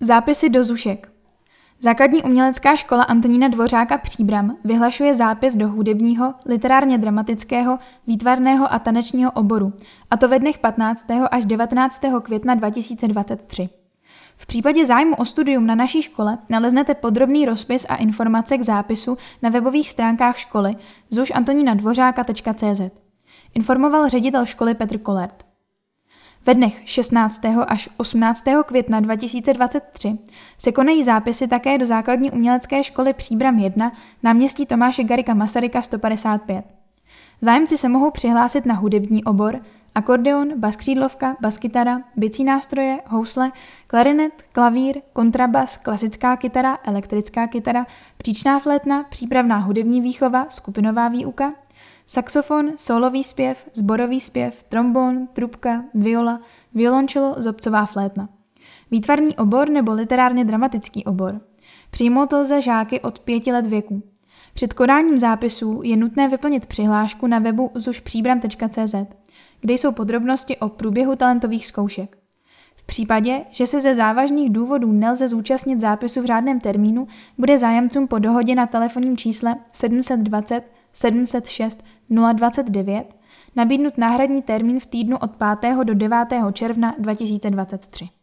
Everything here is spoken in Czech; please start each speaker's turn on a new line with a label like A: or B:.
A: Zápisy do zušek. Základní umělecká škola Antonína Dvořáka Příbram vyhlašuje zápis do hudebního, literárně dramatického, výtvarného a tanečního oboru, a to ve dnech 15. až 19. května 2023. V případě zájmu o studium na naší škole naleznete podrobný rozpis a informace k zápisu na webových stránkách školy zušantoninadvořáka.cz. Informoval ředitel školy Petr Kolert. Ve dnech 16. až 18. května 2023 se konají zápisy také do základní umělecké školy Příbram 1, náměstí Tomáše Garrigua Masaryka 155. Zájemci se mohou přihlásit na hudební obor, akordeon, baskřídlovka, baskytara, bicí nástroje, housle, klarinet, klavír, kontrabas, klasická kytara, elektrická kytara, příčná flétna, přípravná hudební výchova, skupinová výuka, saxofon, sólový zpěv, sborový zpěv, trombon, trubka, viola, violončelo, zobcová flétna. Výtvarný obor nebo literárně dramatický obor. Přijmout lze žáky od 5 let věku. Před konáním zápisů je nutné vyplnit přihlášku na webu zušpříbram.cz, kde jsou podrobnosti o průběhu talentových zkoušek. V případě, že se ze závažných důvodů nelze zúčastnit zápisu v řádném termínu, bude zájemcům po dohodě na telefonním čísle 720 706 029 nabídnut náhradní termín v týdnu od 5. do 9. června 2023.